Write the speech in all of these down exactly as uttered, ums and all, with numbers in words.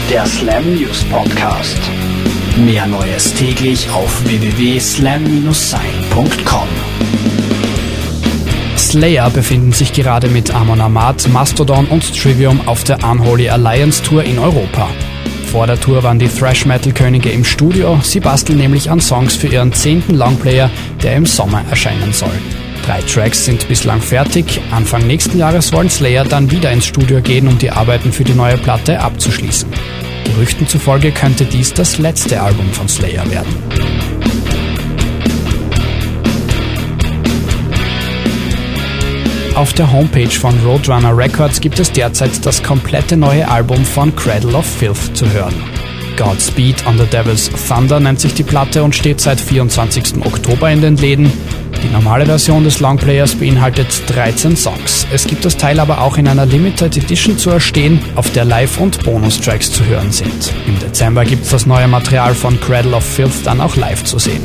Der Slam News Podcast. Mehr Neues täglich auf w w w punkt slam dash sein punkt com. Slayer befinden sich gerade mit Amon Amarth, Mastodon und Trivium auf der Unholy Alliance Tour in Europa. Vor der Tour waren die Thrash-Metal-Könige im Studio, sie basteln nämlich an Songs für ihren zehnten Longplayer, der im Sommer erscheinen soll. Drei Tracks sind bislang fertig, Anfang nächsten Jahres wollen Slayer dann wieder ins Studio gehen, um die Arbeiten für die neue Platte abzuschließen. Gerüchten zufolge könnte dies das letzte Album von Slayer werden. Auf der Homepage von Roadrunner Records gibt es derzeit das komplette neue Album von Cradle of Filth zu hören. Godspeed on the Devil's Thunder nennt sich die Platte und steht seit vierundzwanzigsten Oktober in den Läden. Die normale Version des Longplayers beinhaltet dreizehn Songs. Es gibt das Teil aber auch in einer Limited Edition zu erstehen, auf der Live- und Bonustracks zu hören sind. Im Dezember gibt es das neue Material von Cradle of Filth dann auch live zu sehen.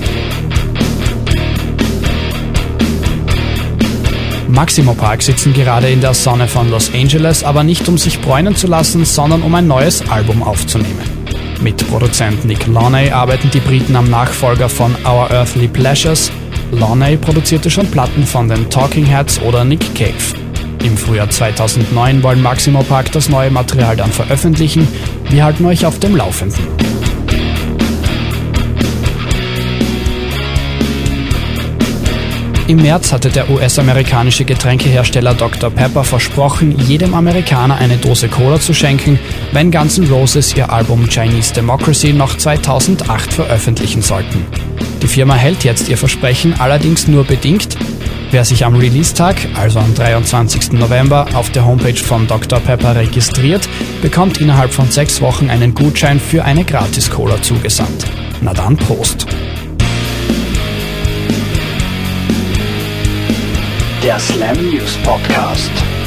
Maximo Park sitzen gerade in der Sonne von Los Angeles, aber nicht um sich bräunen zu lassen, sondern um ein neues Album aufzunehmen. Mit Produzent Nick Launay arbeiten die Briten am Nachfolger von Our Earthly Pleasures. Launay produzierte schon Platten von den Talking Heads oder Nick Cave. Im Frühjahr zweitausendneun wollen Maximo Park das neue Material dann veröffentlichen. Wir halten euch auf dem Laufenden. Im März hatte der U S-amerikanische Getränkehersteller Doktor Pepper versprochen, jedem Amerikaner eine Dose Cola zu schenken, wenn Guns N' Roses ihr Album Chinese Democracy noch zweitausendacht veröffentlichen sollten. Die Firma hält jetzt ihr Versprechen, allerdings nur bedingt. Wer sich am Release-Tag, also am dreiundzwanzigsten November, auf der Homepage von Doktor Pepper registriert, bekommt innerhalb von sechs Wochen einen Gutschein für eine Gratis-Cola zugesandt. Na dann, Prost! Der Slam News Podcast.